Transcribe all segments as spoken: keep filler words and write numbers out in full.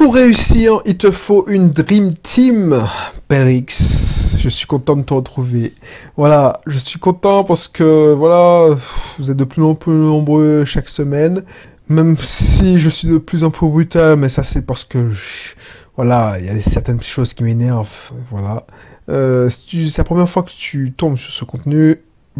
Pour réussir, il te faut une Dream Team, Perix. Je suis content de te retrouver. Voilà, je suis content parce que, voilà, vous êtes de plus en plus nombreux chaque semaine. Même si je suis de plus en plus brutal, mais ça c'est parce que, je, voilà, il y a certaines choses qui m'énervent. Voilà. Euh, si tu- c'est la première fois que tu tombes sur ce contenu,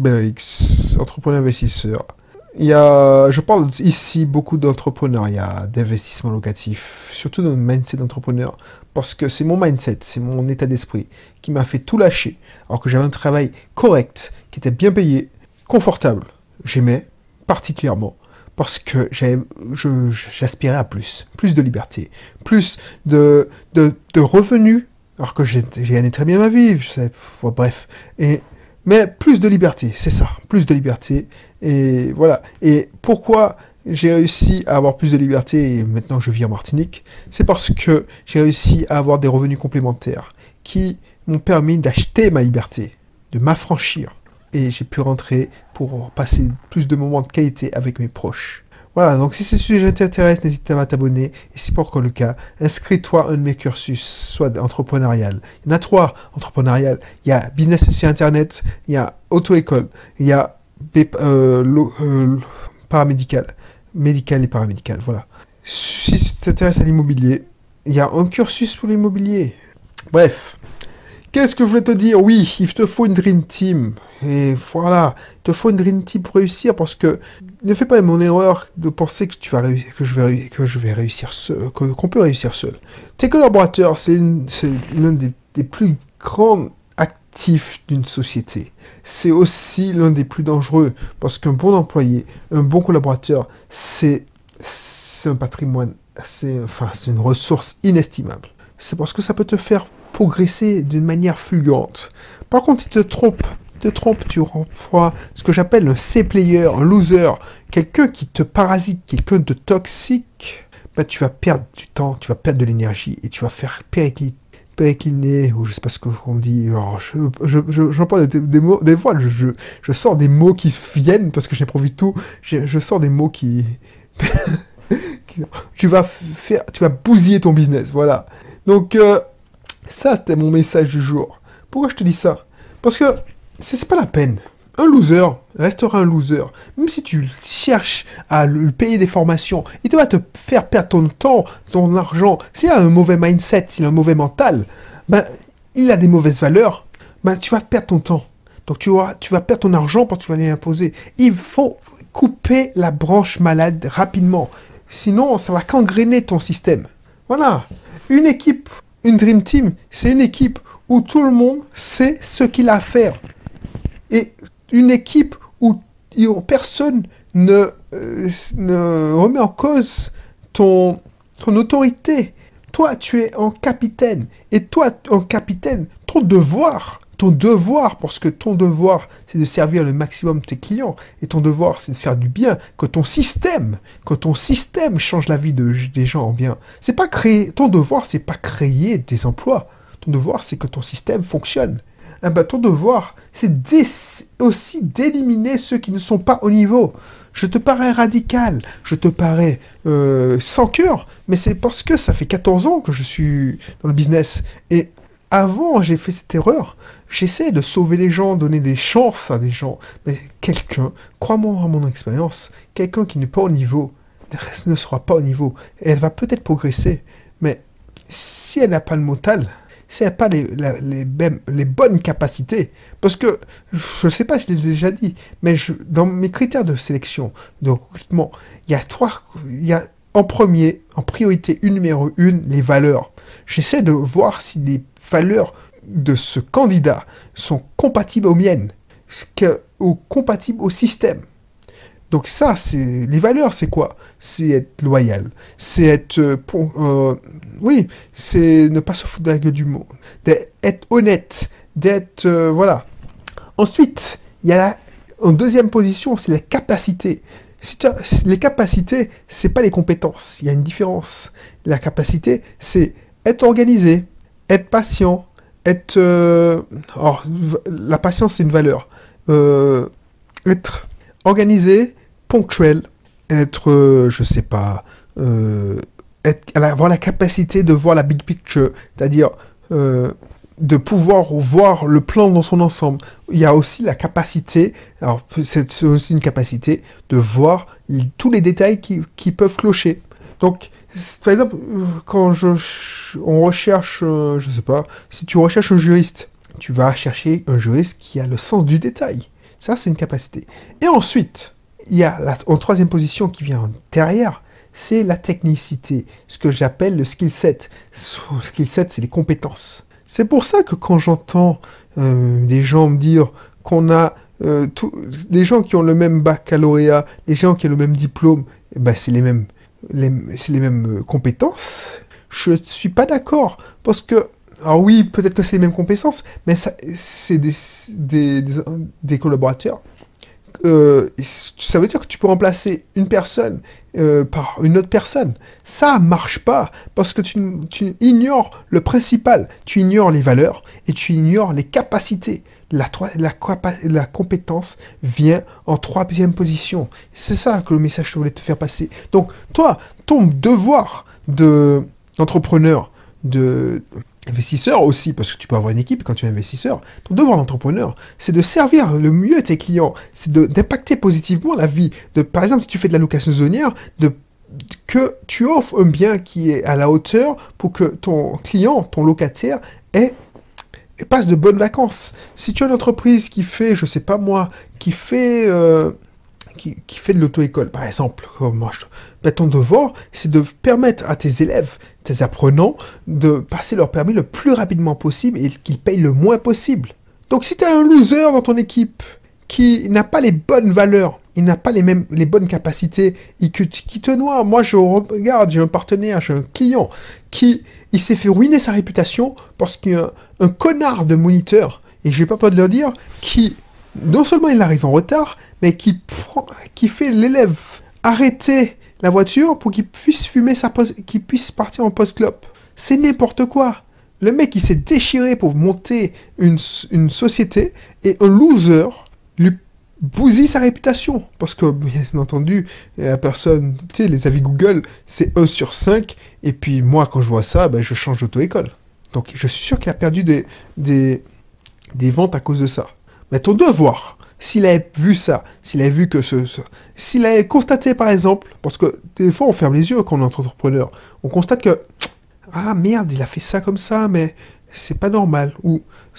Perix, entrepreneur investisseur. Il y a, je parle ici beaucoup d'entrepreneuriat, d'investissement locatif, surtout dans le mindset d'entrepreneur, parce que c'est mon mindset, c'est mon état d'esprit qui m'a fait tout lâcher, alors que j'avais un travail correct, qui était bien payé, confortable. J'aimais particulièrement, parce que j'avais- je- j'aspirais à plus, plus de liberté, plus de, de, de revenus, alors que j'ai j'ai gagné très bien ma vie, je sais, ouais, bref, et mais plus de liberté, c'est ça, plus de liberté. Et voilà. Et pourquoi j'ai réussi à avoir plus de liberté et maintenant je vis en Martinique, c'est parce que j'ai réussi à avoir des revenus complémentaires qui m'ont permis d'acheter ma liberté, de m'affranchir. Et j'ai pu rentrer pour passer plus de moments de qualité avec mes proches. Voilà, donc si ces sujets t'intéressent, n'hésite pas à t'abonner. Et si c'est pas encore le cas, inscris-toi à un de mes cursus, soit entrepreneurial. Il y en a trois entrepreneurial. Il y a business sur Internet, il y a auto-école, il y a B- euh, lo- euh, paramédical, médical et paramédical, voilà. Si tu t'intéresses à l'immobilier, il y a un cursus pour l'immobilier. Bref, qu'est-ce que je voulais te dire? Oui, il te faut une Dream Team. Et voilà, il te faut une Dream Team pour réussir parce que ne fais pas mon erreur de penser que tu vas réussir, que je vais, réu- que je vais réussir seul, que- qu'on peut réussir seul. Tes collaborateurs, c'est une- c'est l'un des, des plus grands actifs d'une société. C'est aussi l'un des plus dangereux parce qu'un bon employé, un bon collaborateur, c'est c'est un patrimoine, c'est enfin, c'est une ressource inestimable. C'est parce que ça peut te faire progresser d'une manière fulgurante. Par contre, si tu te trompes, te trompes, tu renvoies ce que j'appelle un C-player, un loser, quelqu'un qui te parasite, quelqu'un de toxique, bah, tu vas perdre du temps, tu vas perdre de l'énergie et tu vas faire péricliter péricliner, ou je sais pas ce qu'on dit, alors je, je, je, j'emploie des, des mots, des fois je, je, je sors des mots qui viennent, parce que j'ai prévu tout, je, je sors des mots qui, qui- tu vas faire, tu vas bousiller ton business, voilà. Donc, euh, ça, c'était mon message du jour. Pourquoi je te dis ça? Parce que c'est c'est pas la peine. Un loser restera un loser. Même si tu cherches à lui payer des formations, il te va te faire perdre ton temps, ton argent. S'il a un mauvais mindset, s'il a un mauvais mental, ben, il a des mauvaises valeurs, ben, tu vas perdre ton temps. Donc tu vas, tu vas perdre ton argent parce que tu vas lui imposer. Il faut couper la branche malade rapidement. Sinon, ça va gangréner ton système. Voilà. Une équipe, une Dream Team, c'est une équipe où tout le monde sait ce qu'il a à faire. Et une équipe où personne ne, euh, ne remet en cause ton, ton autorité. Toi, tu es en capitaine. Et toi, en capitaine, ton devoir, ton devoir, parce que ton devoir, c'est de servir le maximum tes clients. Et ton devoir, c'est de faire du bien. Que ton système, que ton système change la vie de, des gens en bien. C'est pas créer, ton devoir, c'est pas créer des emplois. Ton devoir, c'est que ton système fonctionne. Eh ben, ton devoir, c'est d'ess- aussi d'éliminer ceux qui ne sont pas au niveau. Je te parais radical, je te parais euh, sans cœur, mais c'est parce que ça fait quatorze ans que je suis dans le business. Et avant, j'ai fait cette erreur. J'essaie de sauver les gens, donner des chances à des gens. Mais quelqu'un, crois-moi à mon expérience, quelqu'un qui n'est pas au niveau, ne sera pas au niveau. Et elle va peut-être progresser, mais si elle n'a pas le mental, si elle n'a pas les, la- les, mêmes- les bonnes capacités, parce que, je ne sais pas si je l'ai déjà dit, mais je, dans mes critères de sélection, de recrutement, il y a trois, il y a en premier, en priorité une numéro une, les valeurs. J'essaie de voir si les valeurs de ce candidat sont compatibles aux miennes, que- ou compatibles au système. Donc ça, c'est les valeurs, c'est quoi? C'est être loyal, c'est être, euh, pon- euh, oui, c'est ne pas se foutre de la gueule du monde, d'être honnête, d'être, euh, voilà. Ensuite, il y a la, en deuxième position, c'est la capacité. Si tu as- les capacités, c'est pas les compétences. Il y a une différence. La capacité, c'est être organisé, être patient, être, euh, alors, la patience, c'est une valeur. Euh, être organisé, ponctuel, être, euh, je sais pas, euh, être, avoir la capacité de voir la big picture, c'est-à-dire euh, de pouvoir voir le plan dans son ensemble. Il y a aussi la capacité, alors c'est aussi une capacité de voir tous les détails qui, qui peuvent clocher. Donc, par exemple, quand je, on recherche, euh, je sais pas, si tu recherches un juriste, tu vas chercher un juriste qui a le sens du détail. Ça, c'est une capacité. Et ensuite, il y a la, en troisième position qui vient derrière, c'est la technicité, ce que j'appelle le skill set. Le skill set, c'est les compétences. C'est pour ça que quand j'entends euh, des gens me dire qu'on a euh, tout, les gens qui ont le même baccalauréat, les gens qui ont le même diplôme, eh ben c'est les mêmes, les, c'est les mêmes compétences. Je ne suis pas d'accord parce que, alors oui, peut-être que c'est les mêmes compétences, mais ça, c'est des, des, des, des collaborateurs. Euh, ça veut dire que tu peux remplacer une personne euh, par une autre personne. Ça marche pas parce que tu, tu ignores le principal, tu ignores les valeurs et tu ignores les capacités. La, la, la compétence vient en troisième position. C'est ça que le message que je voulais te faire passer. Donc toi, ton devoir de d'entrepreneur, de investisseur aussi, parce que tu peux avoir une équipe quand tu es investisseur, ton devoir d'entrepreneur, c'est de servir le mieux tes clients, c'est d'impacter positivement la vie. De, par exemple, si tu fais de la location saisonnière, de, que tu offres un bien qui est à la hauteur pour que ton client, ton locataire, ait, passe de bonnes vacances. Si tu as une entreprise qui fait, je sais pas moi, qui fait... Euh, Qui, qui fait de l'auto-école, par exemple, comme moi, je, ben, ton devoir, c'est de permettre à tes élèves, tes apprenants, de passer leur permis le plus rapidement possible et qu'ils payent le moins possible. Donc si tu as un loser dans ton équipe qui n'a pas les bonnes valeurs, il n'a pas les mêmes, les bonnes capacités, et que, qui te noie, moi je regarde, j'ai un partenaire, j'ai un client qui il s'est fait ruiner sa réputation parce qu'il y a un, un connard de moniteur, et je n'ai pas peur de le dire, qui non seulement il arrive en retard, mais qui, prend, qui fait l'élève arrêter la voiture pour qu'il puisse fumer sa pause, qu'il puisse partir en post-clope. C'est n'importe quoi. Le mec, il s'est déchiré pour monter une, une société et un loser lui bousille sa réputation. Parce que, bien entendu, la personne, tu sais, les avis Google, c'est un sur cinq. Et puis moi, quand je vois ça, ben, je change d'auto-école. Donc je suis sûr qu'il a perdu des, des, des ventes à cause de ça. Mais ton devoir, s'il avait vu ça, s'il avait vu que ce... ce s'il avait constaté, par exemple, parce que des fois, on ferme les yeux quand on est entrepreneur, on constate que, ah merde, il a fait ça comme ça, mais c'est pas normal. Ou,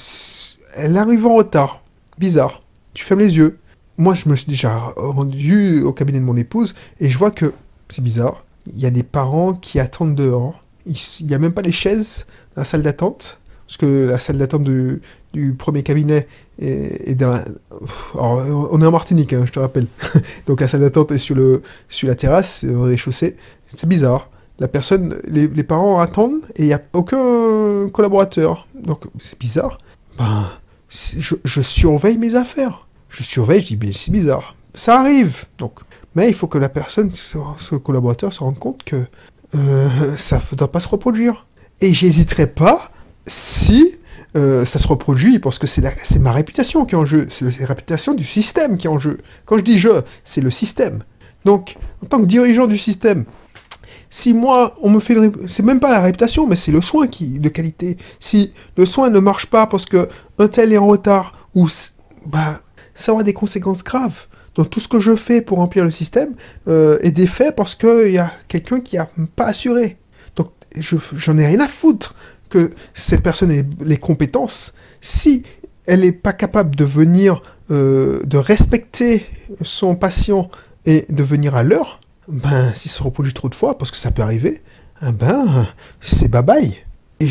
elle arrive en retard. Bizarre. Tu fermes les yeux. Moi, je me suis déjà rendu au cabinet de mon épouse, et je vois que, c'est bizarre, il y a des parents qui attendent dehors. Il n'y a même pas les chaises dans la salle d'attente, parce que la salle d'attente du, du premier cabinet est, est dans la... Alors, on est en Martinique, hein, je te rappelle. Donc la salle d'attente est sur, le, sur la terrasse, au rez-de-chaussée. C'est bizarre. La personne, les, les parents attendent et il n'y a aucun collaborateur. Donc c'est bizarre. Ben, je, je surveille mes affaires. Je surveille, je dis, mais c'est bizarre. Ça arrive. Donc, mais il faut que la personne, ce collaborateur, se rende compte que euh, ça ne doit pas se reproduire. Et j'hésiterai pas si euh, ça se reproduit, parce que c'est ma réputation qui est en jeu, c'est la réputation du système qui est en jeu. Quand je dis je, c'est le système. Donc, en tant que dirigeant du système, si moi, on me fait... C'est même pas la réputation, mais c'est le soin qui de qualité. Si le soin ne marche pas parce que un tel est en retard, ou bah, ça aura des conséquences graves. Donc tout ce que je fais pour remplir le système euh, est défait parce qu'il y a quelqu'un qui n'a pas assuré. Donc j'en ai rien à foutre que cette personne ait les compétences. Si elle n'est pas capable de venir, euh, de respecter son patient et de venir à l'heure, ben, si ça se reproduit trop de fois, parce que ça peut arriver, hein, ben, c'est bye-bye. Et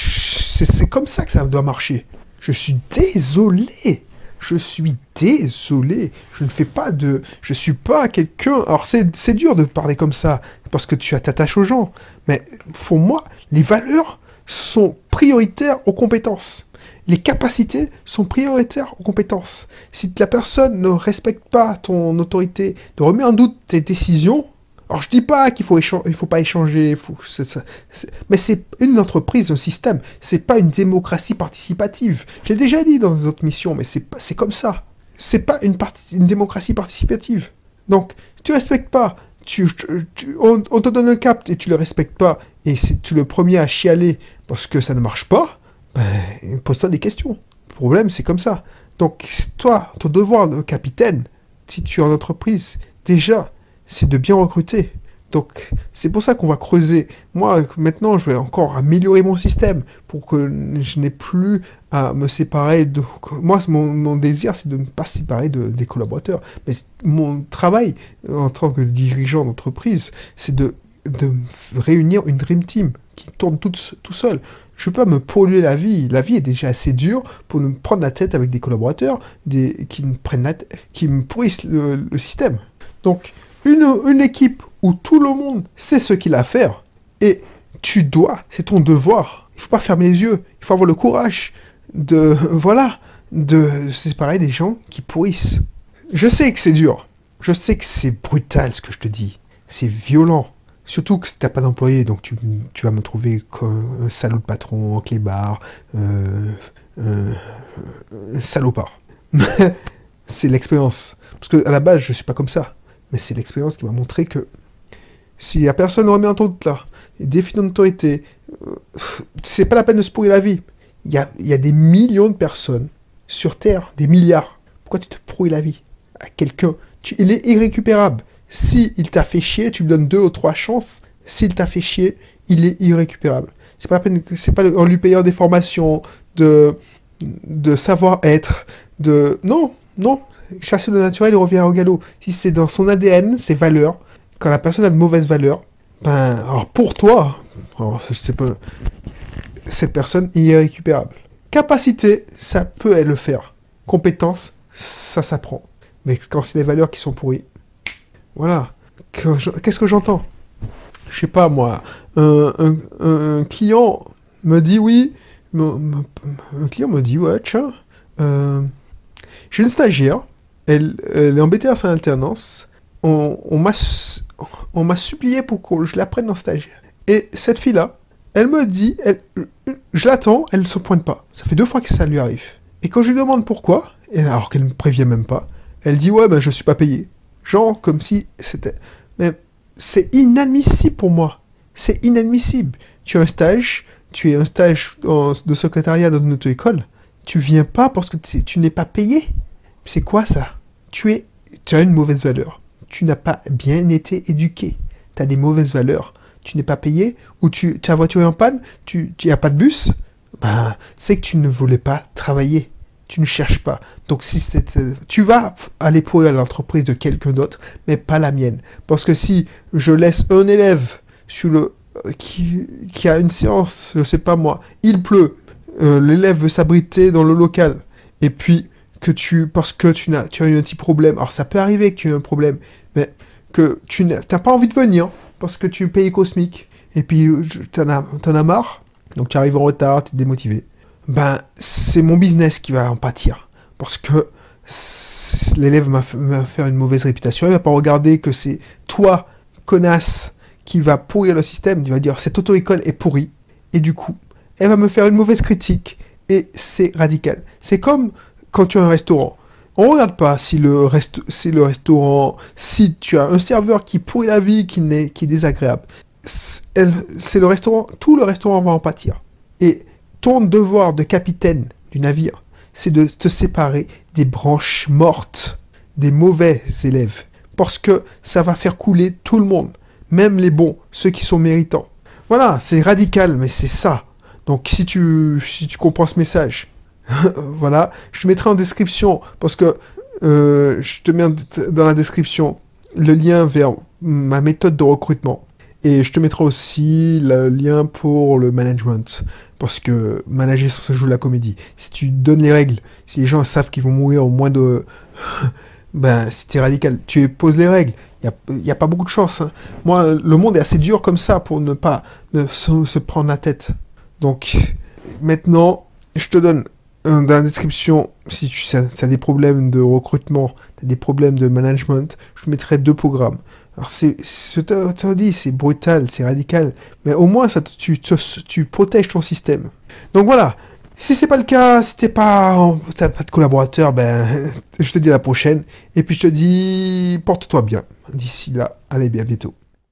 c'est comme ça que ça doit marcher. Je suis désolé. Je suis désolé. Je ne fais pas de... Je suis pas quelqu'un... Alors, c'est dur de parler comme ça, parce que tu t'attaches aux gens. Mais, pour moi, les valeurs sont prioritaires aux compétences. Les capacités sont prioritaires aux compétences. Si la personne ne respecte pas ton autorité, ne remet en doute tes décisions, alors je dis pas qu'il faut il faut pas échanger, faut, c est, c est, c est, mais c'est une entreprise, un système, c'est pas une démocratie participative. J'ai déjà dit dans d'autres missions, mais c'est c'est comme ça. C'est pas une, parti, une démocratie participative. Donc, si tu respectes pas, tu, tu- on, on te donne un cap et tu le respectes pas, et c'est tu es le premier à chialer parce que ça ne marche pas, ben, pose-toi des questions. Le problème, c'est comme ça. Donc, toi, ton devoir de capitaine, si tu es en entreprise, déjà, c'est de bien recruter. Donc, c'est pour ça qu'on va creuser. Moi, maintenant, je vais encore améliorer mon système pour que je n'ai plus à me séparer de... Moi, mon, mon désir, c'est de ne pas se séparer de, des collaborateurs. Mais mon travail en tant que dirigeant d'entreprise, c'est de, de réunir une Dream Team qui tourne tout, tout seul. Je ne peux pas me polluer la vie. La vie est déjà assez dure pour me prendre la tête avec des collaborateurs des, qui, me prennent la qui me pourrissent le, le système. Donc, une, une équipe où tout le monde sait ce qu'il a à faire, et tu dois, c'est ton devoir. Il ne faut pas fermer les yeux. Il faut avoir le courage de, voilà, de se séparer des gens qui pourrissent. Je sais que c'est dur. Je sais que c'est brutal ce que je te dis. C'est violent. Surtout que tu n'as pas d'employé, donc tu, tu vas me trouver comme un salaud de patron, clébard, euh, euh, euh, salopard. C'est l'expérience. Parce qu'à la base, je ne suis pas comme ça. Mais c'est l'expérience qui m'a montré que si la personne remet en doute là, défie ton autorité, euh, c'est pas la peine de se pourrir la vie. Il y a, y a des millions de personnes sur Terre, des milliards. Pourquoi tu te pourris la vie à quelqu'un? Tu, il est irrécupérable. Si il t'a fait chier, tu lui donnes deux ou trois chances. S'il t'a fait chier, il est irrécupérable. C'est pas la peine, c'est pas en lui payant des formations, de, de savoir-être, de... Non, non. Chasser le naturel, il revient au galop. Si c'est dans son A D N, ses valeurs, quand la personne a de mauvaises valeurs, ben, alors pour toi, alors, c'est pas, cette personne est irrécupérable. Capacité, ça peut le faire. Compétence, ça s'apprend. Mais quand c'est les valeurs qui sont pourries, voilà. Qu'est-ce que j'entends? Je sais pas, moi. Un, un, un, client me dit oui. Me, me, un client me dit ouais, tiens. Euh, j'ai une stagiaire. Elle, elle est embêtée à sa alternance. On, on m'a on m'a supplié pour que je la prenne en stagiaire. Et cette fille-là, elle me dit, elle, je l'attends, elle ne se pointe pas. Ça fait deux fois que ça lui arrive. Et quand je lui demande pourquoi, et alors qu'elle ne me prévient même pas, elle dit ouais ben je suis pas payé. Genre comme si c'était... Mais c'est inadmissible pour moi. C'est inadmissible. Tu as un stage, tu es un stage de secrétariat dans une auto-école, tu viens pas parce que tu n'es pas payé. C'est quoi ça? Tu es, tu as une mauvaise valeur. Tu n'as pas bien été éduqué. Tu as des mauvaises valeurs. Tu n'es pas payé, ou tu, ta voiture est en panne, tu n'y a pas de bus, ben, c'est que tu ne voulais pas travailler. Tu ne cherches pas. Donc, si c'est, tu vas aller pourrir l'entreprise de quelqu'un d'autre, mais pas la mienne. Parce que si je laisse un élève sur le, qui, qui a une séance, je sais pas moi, il pleut, euh, l'élève veut s'abriter dans le local, et puis que tu, parce que tu, n'as, tu as eu un petit problème, alors ça peut arriver que tu aies un problème, mais que tu n'as pas envie de venir, parce que tu payes cosmique, et puis tu en as, t'en as marre, donc tu arrives en retard, tu es démotivé. Ben, c'est mon business qui va en pâtir. Parce que l'élève va faire une mauvaise réputation. Il va pas regarder que c'est toi, connasse, qui va pourrir le système. Il va dire, cette auto-école est pourrie. Et du coup, elle va me faire une mauvaise critique. Et c'est radical. C'est comme quand tu as un restaurant. On regarde pas si le, rest si le restaurant, si tu as un serveur qui pourrit la vie, qui, n'est, qui est désagréable. C'est le restaurant, tout le restaurant va en pâtir. Et ton devoir de capitaine du navire, c'est de te séparer des branches mortes, des mauvais élèves. Parce que ça va faire couler tout le monde, même les bons, ceux qui sont méritants. Voilà, c'est radical, mais c'est ça. Donc si tu, si tu comprends ce message, voilà, je te mettrai en description, parce que euh, je te mets dans la description le lien vers ma méthode de recrutement. Et je te mettrai aussi le lien pour le management. Parce que manager, ça se joue la comédie. Si tu donnes les règles, si les gens savent qu'ils vont mourir au moins de... ben, si t'es radical, tu poses les règles. Il n'y a, a pas beaucoup de chance. Hein. Moi, le monde est assez dur comme ça pour ne pas ne se, se prendre la tête. Donc, maintenant, je te donne euh, dans la description, si tu as des problèmes de recrutement, tu as des problèmes de management, je te mettrai deux programmes. Alors, c'est, je te, te dis, c'est brutal, c'est radical, mais au moins, ça, tu, tu, tu protèges ton système. Donc voilà, si c'est pas le cas, si t'es pas, t'as pas de collaborateur, ben, je te dis à la prochaine, et puis je te dis, porte-toi bien. D'ici là, allez bien bientôt.